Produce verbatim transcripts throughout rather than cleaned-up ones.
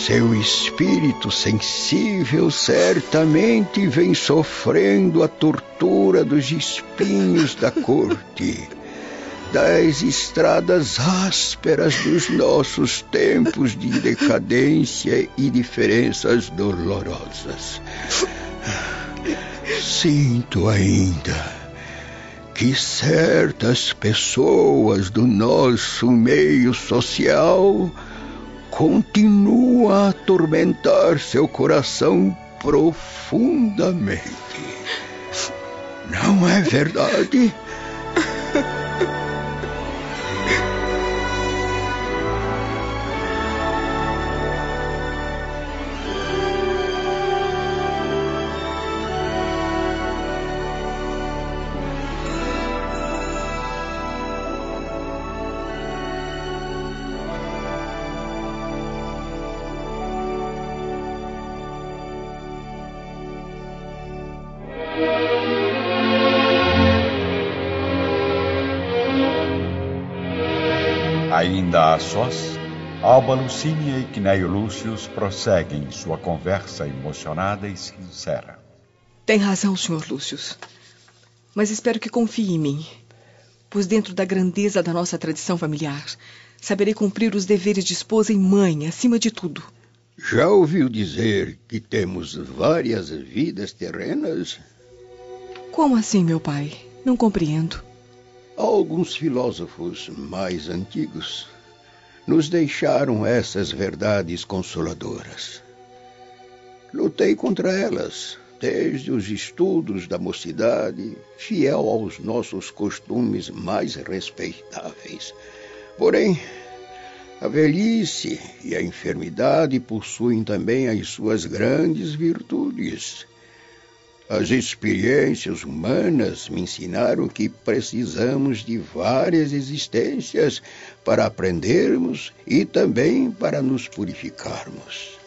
Seu espírito sensível certamente vem sofrendo a tortura dos espinhos da corte, das estradas ásperas dos nossos tempos de decadência e diferenças dolorosas. Sinto ainda que certas pessoas do nosso meio social continuam a atormentar seu coração profundamente. Não é verdade? Ainda a sós, Alba Lucínia e Cneio Lúcius prosseguem sua conversa emocionada e sincera. Tem razão, senhor Lúcius. Mas espero que confie em mim, pois dentro da grandeza da nossa tradição familiar, saberei cumprir os deveres de esposa e mãe, acima de tudo. Já ouviu dizer que temos várias vidas terrenas? Como assim, meu pai? Não compreendo. Alguns filósofos mais antigos nos deixaram essas verdades consoladoras. Lutei contra elas desde os estudos da mocidade, fiel aos nossos costumes mais respeitáveis. Porém, a velhice e a enfermidade possuem também as suas grandes virtudes. As experiências humanas me ensinaram que precisamos de várias existências para aprendermos e também para nos purificarmos.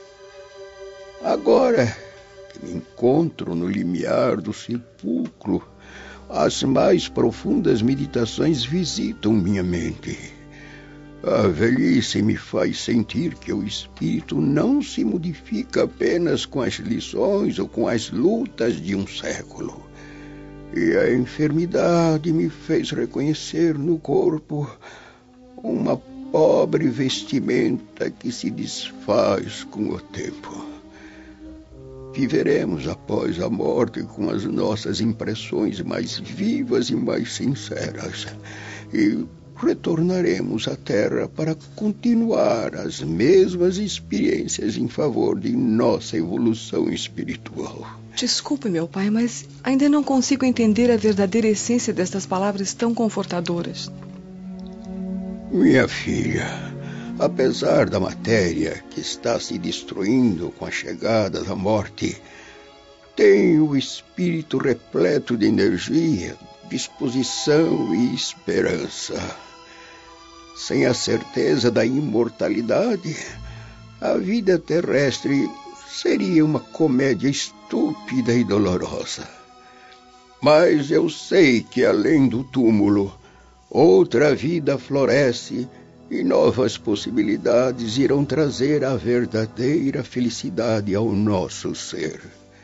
Agora que me encontro no limiar do sepulcro, as mais profundas meditações visitam minha mente. A velhice me faz sentir que o espírito não se modifica apenas com as lições ou com as lutas de um século. E a enfermidade me fez reconhecer no corpo uma pobre vestimenta que se desfaz com o tempo. Viveremos após a morte com as nossas impressões mais vivas e mais sinceras. E retornaremos à Terra para continuar as mesmas experiências em favor de nossa evolução espiritual. Desculpe, meu pai, mas ainda não consigo entender a verdadeira essência destas palavras tão confortadoras. Minha filha, apesar da matéria que está se destruindo com a chegada da morte, tem o espírito repleto de energia, disposição e esperança. Sem a certeza da imortalidade, a vida terrestre seria uma comédia estúpida e dolorosa. Mas eu sei que além do túmulo, outra vida floresce e novas possibilidades irão trazer a verdadeira felicidade ao nosso ser.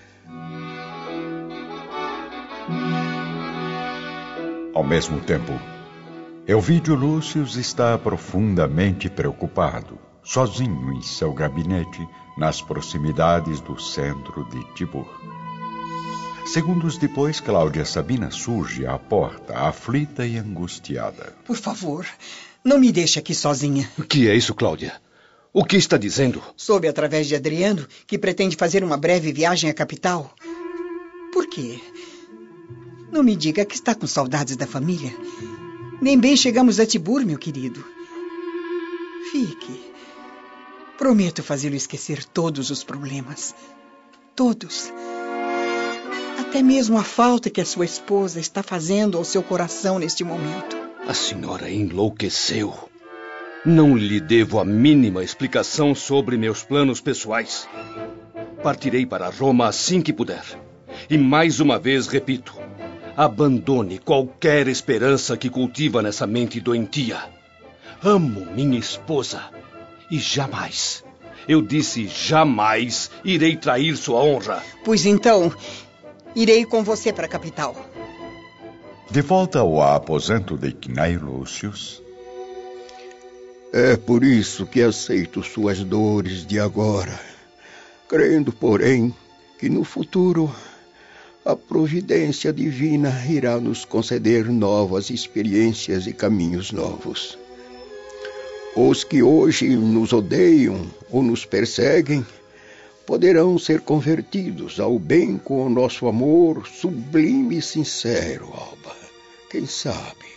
Ao mesmo tempo, Elvídio Lúcius está profundamente preocupado, sozinho em seu gabinete, nas proximidades do centro de Tibur. Segundos depois, Cláudia Sabina surge à porta, aflita e angustiada. Por favor, não me deixe aqui sozinha. O que é isso, Cláudia? O que está dizendo? Soube através de Adriano que pretende fazer uma breve viagem à capital. Por quê? Não me diga que está com saudades da família. Nem bem chegamos a Tibur, meu querido. Fique. Prometo fazê-lo esquecer todos os problemas. Todos. Até mesmo a falta que a sua esposa está fazendo ao seu coração neste momento. A senhora enlouqueceu. Não lhe devo a mínima explicação sobre meus planos pessoais. Partirei para Roma assim que puder. E mais uma vez repito, abandone qualquer esperança que cultiva nessa mente doentia. Amo minha esposa e jamais, Eu disse jamais irei trair sua honra. Pois então, irei com você para a capital. De volta ao aposento de Cnaio Lúcius. É por isso que aceito suas dores de agora, crendo, porém, que no futuro a providência divina irá nos conceder novas experiências e caminhos novos. Os que hoje nos odeiam ou nos perseguem poderão ser convertidos ao bem com o nosso amor sublime e sincero, Alba. Quem sabe?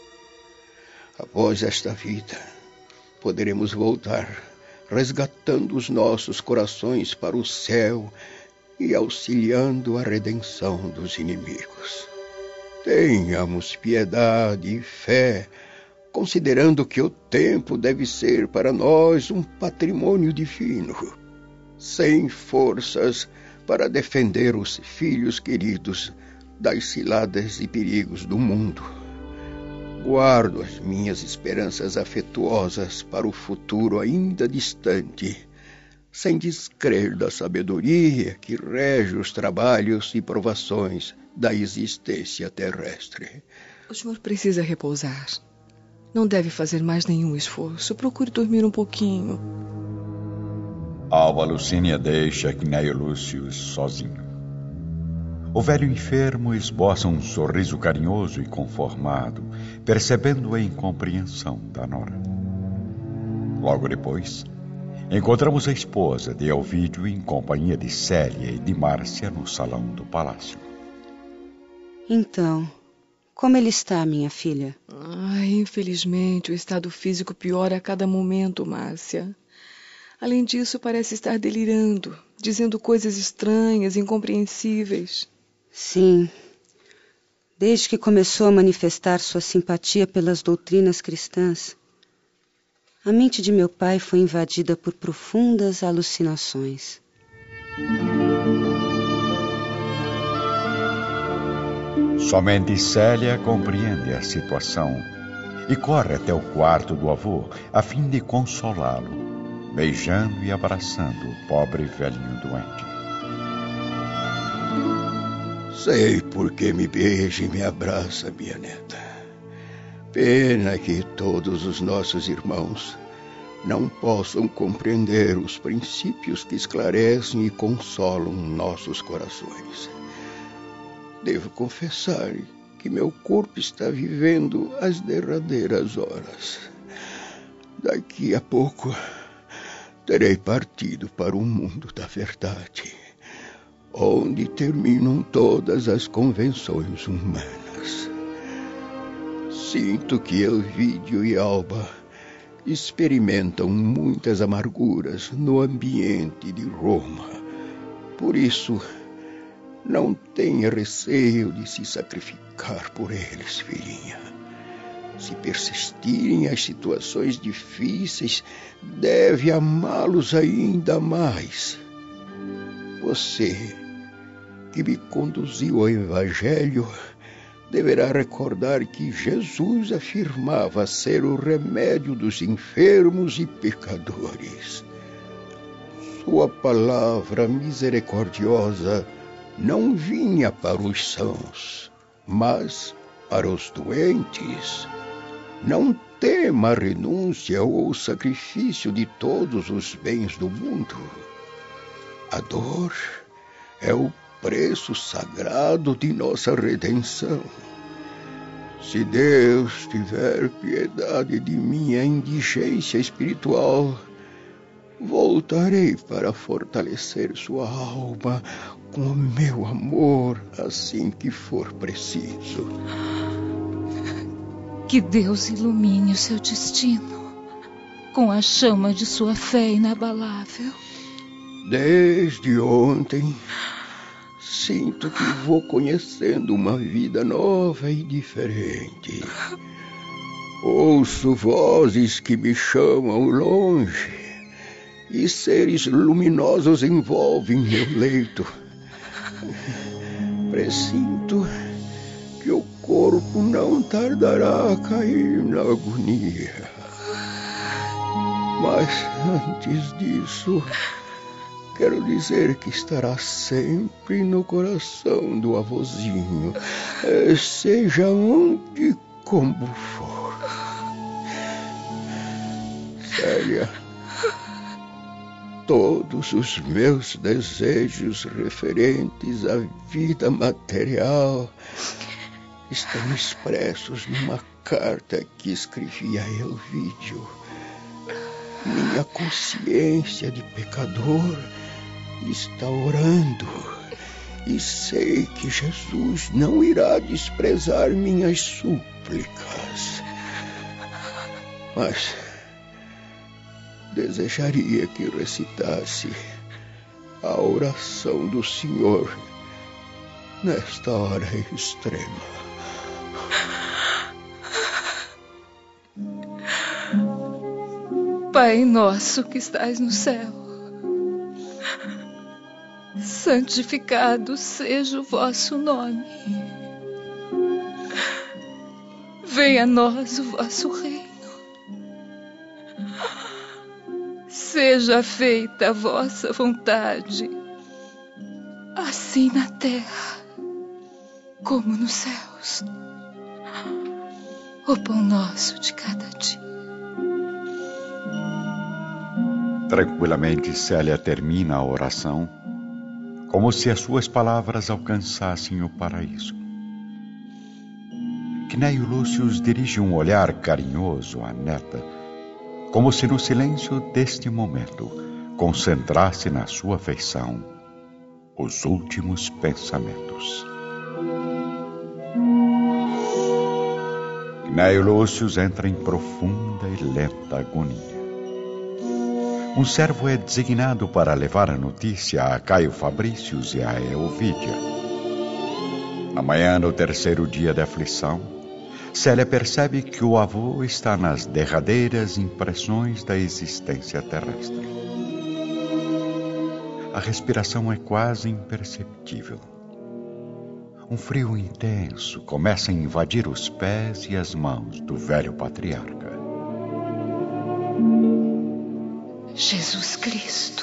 Após esta vida, poderemos voltar, resgatando os nossos corações para o céu e auxiliando a redenção dos inimigos. Tenhamos piedade e fé, considerando que o tempo deve ser para nós um patrimônio divino, sem forças para defender os filhos queridos das ciladas e perigos do mundo. Guardo as minhas esperanças afetuosas para o futuro ainda distante, sem descrer da sabedoria que rege os trabalhos e provações da existência terrestre. O senhor precisa repousar. Não deve fazer mais nenhum esforço. Procure dormir um pouquinho. Alba Lucínia deixa Cnaio Lúcius sozinho. O velho enfermo esboça um sorriso carinhoso e conformado, percebendo a incompreensão da nora. Logo depois, encontramos a esposa de Elvídio em companhia de Célia e de Márcia no salão do palácio. Então, como ele está, minha filha? Ai, infelizmente, o estado físico piora a cada momento, Márcia. Além disso, parece estar delirando, dizendo coisas estranhas, incompreensíveis. Sim. Desde que começou a manifestar sua simpatia pelas doutrinas cristãs, a mente de meu pai foi invadida por profundas alucinações. Somente Célia compreende a situação e corre até o quarto do avô a fim de consolá-lo, beijando e abraçando o pobre velhinho doente. Sei por que me beija e me abraça, minha neta. Pena que todos os nossos irmãos não possam compreender os princípios que esclarecem e consolam nossos corações. Devo confessar que meu corpo está vivendo as derradeiras horas. Daqui a pouco terei partido para o mundo da verdade, onde terminam todas as convenções humanas. Sinto que Elvídio e Alba experimentam muitas amarguras no ambiente de Roma. Por isso, não tenha receio de se sacrificar por eles, filhinha. Se persistirem as situações difíceis, deve amá-los ainda mais. Você, que me conduziu ao Evangelho, deverá recordar que Jesus afirmava ser o remédio dos enfermos e pecadores. Sua palavra misericordiosa não vinha para os sãos, mas para os doentes. Não tema a renúncia ou o sacrifício de todos os bens do mundo. A dor é o preço sagrado de nossa redenção. Se Deus tiver piedade de minha indigência espiritual, voltarei para fortalecer sua alma com o meu amor assim que for preciso. Que Deus ilumine o seu destino com a chama de sua fé inabalável. Desde ontem, sinto que vou conhecendo uma vida nova e diferente. Ouço vozes que me chamam longe e seres luminosos envolvem meu leito. Presinto que o corpo não tardará a cair na agonia. Mas antes disso, quero dizer que estará sempre no coração do avôzinho, seja onde como for. Célia, todos os meus desejos referentes à vida material estão expressos numa carta que escrevi a Elvídio. Minha consciência de pecador está orando e sei que Jesus não irá desprezar minhas súplicas. Mas desejaria que recitasse a oração do Senhor nesta hora extrema. Pai nosso que estais no céu, santificado seja o vosso nome. Venha a nós o vosso reino. Seja feita a vossa vontade, assim na terra como nos céus. O pão nosso de cada dia. Tranquilamente, Célia termina a oração, como se as suas palavras alcançassem o paraíso. Cneio Lúcius dirige um olhar carinhoso à neta, como se no silêncio deste momento concentrasse na sua afeição os últimos pensamentos. Cneio Lúcius entra em profunda e lenta agonia. Um servo é designado para levar a notícia a Caio Fabrícios e a Elvídia. Na manhã do terceiro dia da aflição, Célia percebe que o avô está nas derradeiras impressões da existência terrestre. A respiração é quase imperceptível. Um frio intenso começa a invadir os pés e as mãos do velho patriarca. Jesus Cristo,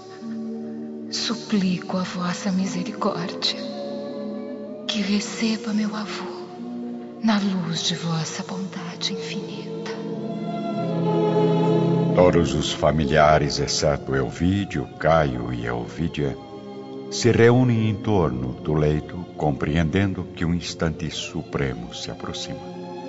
suplico a vossa misericórdia, que receba meu avô na luz de vossa bondade infinita. Todos os familiares, exceto Elvídio, Caio e Elvídia, se reúnem em torno do leito, compreendendo que um instante supremo se aproxima.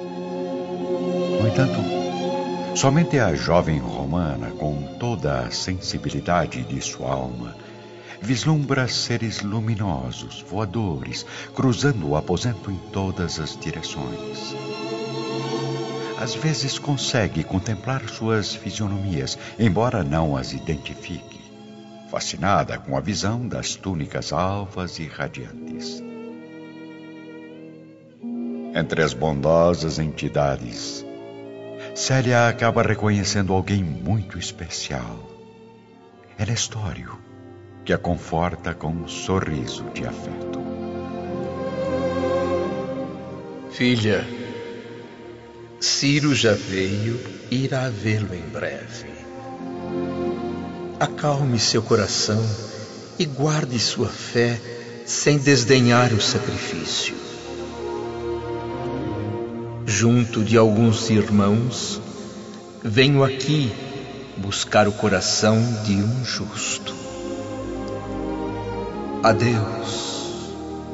No entanto, somente a jovem romana, com toda a sensibilidade de sua alma, vislumbra seres luminosos, voadores, cruzando o aposento em todas as direções. Às vezes consegue contemplar suas fisionomias, embora não as identifique, fascinada com a visão das túnicas alvas e radiantes. Entre as bondosas entidades, Célia acaba reconhecendo alguém muito especial. É Nestório, que a conforta com um sorriso de afeto. Filha, Ciro já veio e irá vê-lo em breve. Acalme seu coração e guarde sua fé sem desdenhar o sacrifício. Junto de alguns irmãos, venho aqui buscar o coração de um justo. Adeus.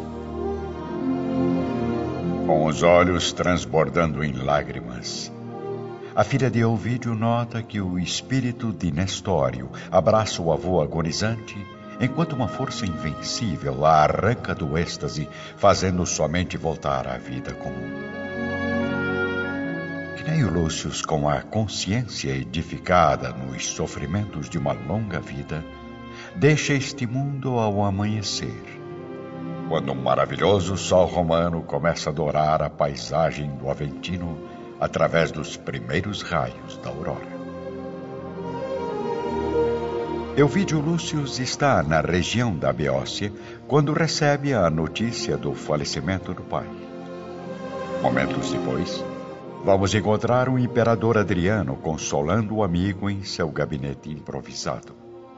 Com os olhos transbordando em lágrimas, a filha de Elvídio nota que o espírito de Nestório abraça o avô agonizante, enquanto uma força invencível a arranca do êxtase, fazendo somente voltar à vida comum. Cneio Lúcius, com a consciência edificada nos sofrimentos de uma longa vida, deixa este mundo ao amanhecer, quando um maravilhoso sol romano começa a dourar a paisagem do Aventino através dos primeiros raios da aurora. Elvídio Lúcius está na região da Beócia quando recebe a notícia do falecimento do pai. Momentos depois, Vamos encontrar o imperador Adriano consolando o amigo em seu gabinete improvisado.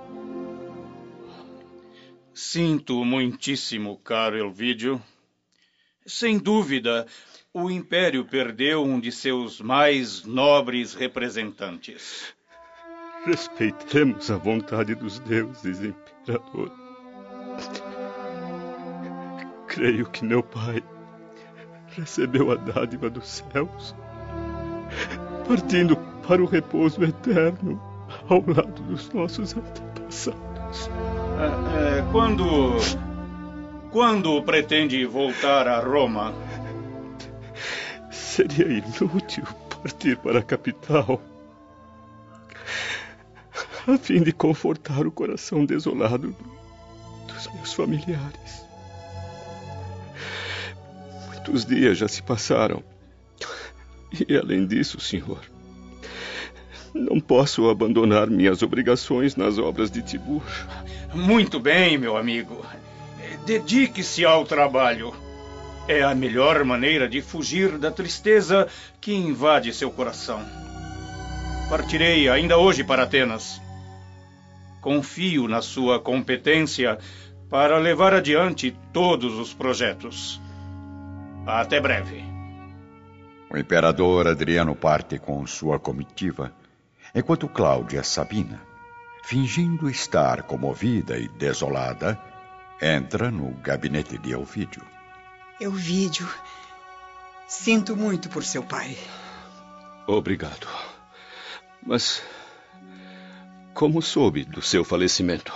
Sinto muitíssimo, caro Elvídio. Sem dúvida, o Império perdeu um de seus mais nobres representantes. Respeitemos a vontade dos deuses, imperador. Creio que meu pai recebeu a dádiva dos céus, partindo para o repouso eterno ao lado dos nossos antepassados. É, é, quando... Quando pretende voltar a Roma? Seria inútil partir para a capital, a fim de confortar o coração desolado dos meus familiares. Muitos dias já se passaram. E, além disso, senhor, não posso abandonar minhas obrigações nas obras de Tibur. Muito bem, meu amigo. Dedique-se ao trabalho. É a melhor maneira de fugir da tristeza que invade seu coração. Partirei ainda hoje para Atenas. Confio na sua competência para levar adiante todos os projetos. Até breve. O imperador Adriano parte com sua comitiva, enquanto Cláudia Sabina, fingindo estar comovida e desolada, entra no gabinete de Elvídio. Elvídio, sinto muito por seu pai. Obrigado. Mas como soube do seu falecimento?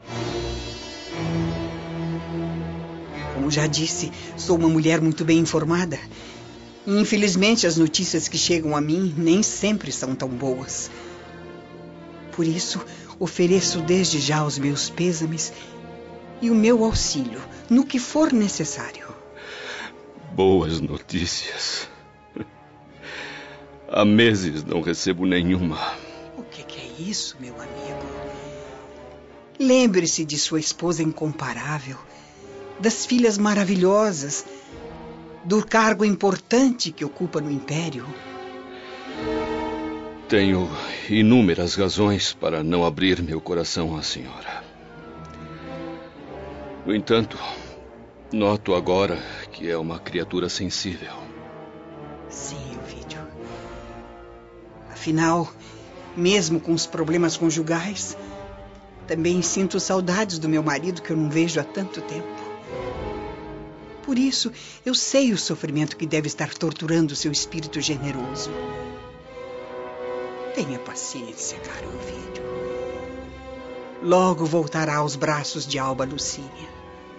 Como já disse, sou uma mulher muito bem informada. E, infelizmente, as notícias que chegam a mim nem sempre são tão boas. Por isso, ofereço desde já os meus pêsames e o meu auxílio, no que for necessário. Boas notícias. Há meses não recebo nenhuma. O que, que é isso, meu amigo? Lembre-se de sua esposa incomparável, das filhas maravilhosas, do cargo importante que ocupa no Império. Tenho inúmeras razões para não abrir meu coração à senhora. No entanto, noto agora que é uma criatura sensível. Sim, Elvídio. Afinal, mesmo com os problemas conjugais, também sinto saudades do meu marido que eu não vejo há tanto tempo. Por isso, eu sei o sofrimento que deve estar torturando seu espírito generoso. Tenha paciência, caro Elvídio. Logo voltará aos braços de Alba Lucínia,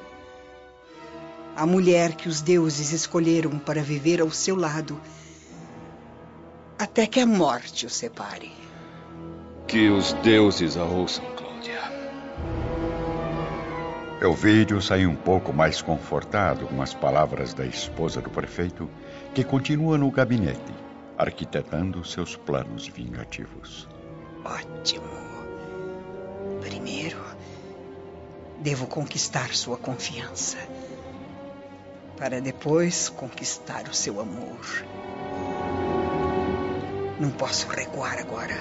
a mulher que os deuses escolheram para viver ao seu lado, até que a morte o separe. Que os deuses a ouçam, Cláudia. Elvídio saiu um pouco mais confortado com as palavras da esposa do prefeito, que continua no gabinete, arquitetando seus planos vingativos. Ótimo. Primeiro, devo conquistar sua confiança, para depois conquistar o seu amor. Não posso recuar agora.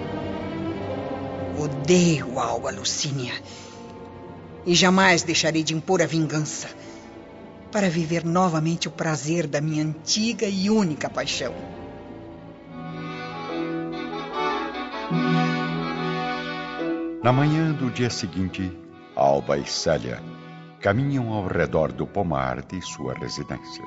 Odeio Alba Lucínia e jamais deixarei de impor a vingança para viver novamente o prazer da minha antiga e única paixão. Na manhã do dia seguinte, Alba e Célia caminham ao redor do pomar de sua residência.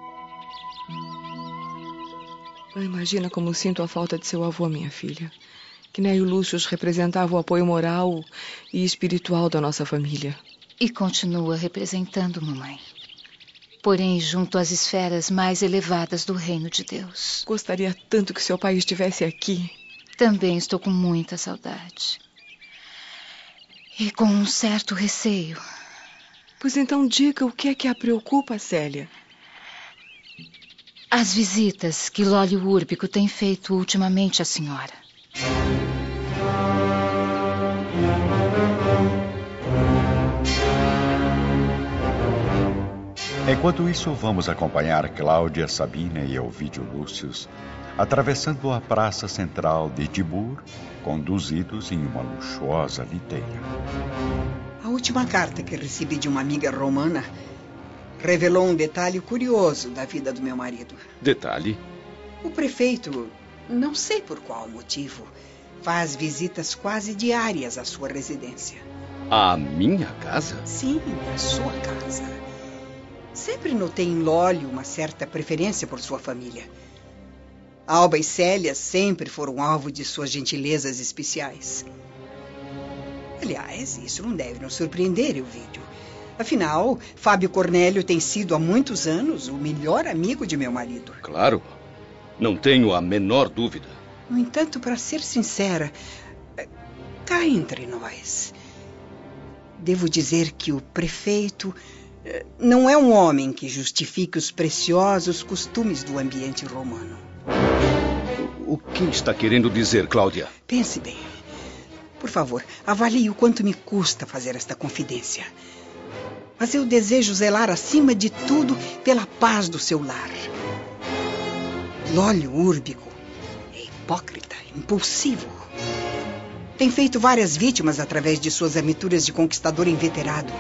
Não imagina como sinto a falta de seu avô, minha filha. Cnéio Lúcius representava o apoio moral e espiritual da nossa família. E continua representando, mamãe. Porém, junto às esferas mais elevadas do reino de Deus. Gostaria tanto que seu pai estivesse aqui. Também estou com muita saudade. E com um certo receio. Pois então diga o que é que a preocupa, Célia. As visitas que Lólio Úrbico tem feito ultimamente à senhora. Enquanto isso, vamos acompanhar Cláudia Sabina e Elvídio Lúcius atravessando a praça central de Tibur, conduzidos em uma luxuosa liteira. A última carta que recebi de uma amiga romana revelou um detalhe curioso da vida do meu marido. Detalhe? O prefeito, não sei por qual motivo, faz visitas quase diárias à sua residência. À minha casa? Sim, à sua casa. Sempre notei em Lólio uma certa preferência por sua família. Alba e Célia sempre foram alvo de suas gentilezas especiais. Aliás, isso não deve nos surpreender, Elvídio. Afinal, Fábio Cornélio tem sido há muitos anos o melhor amigo de meu marido. Claro, não tenho a menor dúvida. No entanto, para ser sincera, cá entre nós, devo dizer que o prefeito não é um homem que justifique os preciosos costumes do ambiente romano. O que está querendo dizer, Cláudia? Pense bem. Por favor, avalie o quanto me custa fazer esta confidência. Mas eu desejo zelar acima de tudo pela paz do seu lar. Lólio Úrbico é hipócrita, impulsivo. Tem feito várias vítimas através de suas aventuras de conquistador inveterado.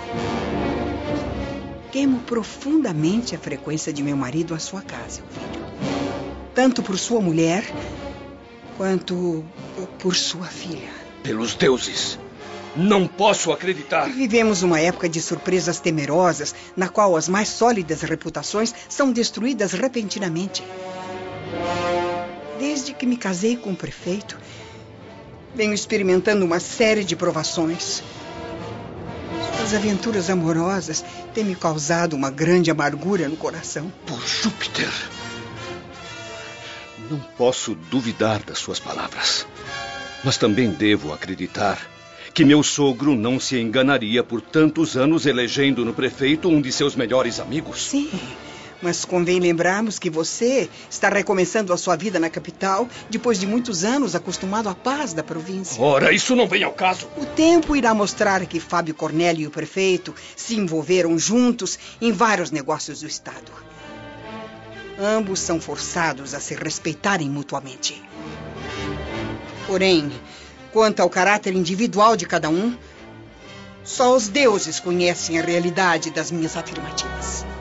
Temo profundamente a frequência de meu marido à sua casa, Elvídio. Tanto por sua mulher, quanto por sua filha. Pelos deuses! Não posso acreditar! Vivemos uma época de surpresas temerosas, na qual as mais sólidas reputações são destruídas repentinamente. Desde que me casei com o prefeito, venho experimentando uma série de provações. Suas aventuras amorosas têm me causado uma grande amargura no coração. Por Júpiter! Não posso duvidar das suas palavras. Mas também devo acreditar que meu sogro não se enganaria por tantos anos elegendo no prefeito um de seus melhores amigos. Sim, mas convém lembrarmos que você está recomeçando a sua vida na capital depois de muitos anos acostumado à paz da província. Ora, isso não vem ao caso. O tempo irá mostrar que Fábio Cornélio e o prefeito se envolveram juntos em vários negócios do Estado. Ambos são forçados a se respeitarem mutuamente. Porém, quanto ao caráter individual de cada um, só os deuses conhecem a realidade das minhas afirmativas.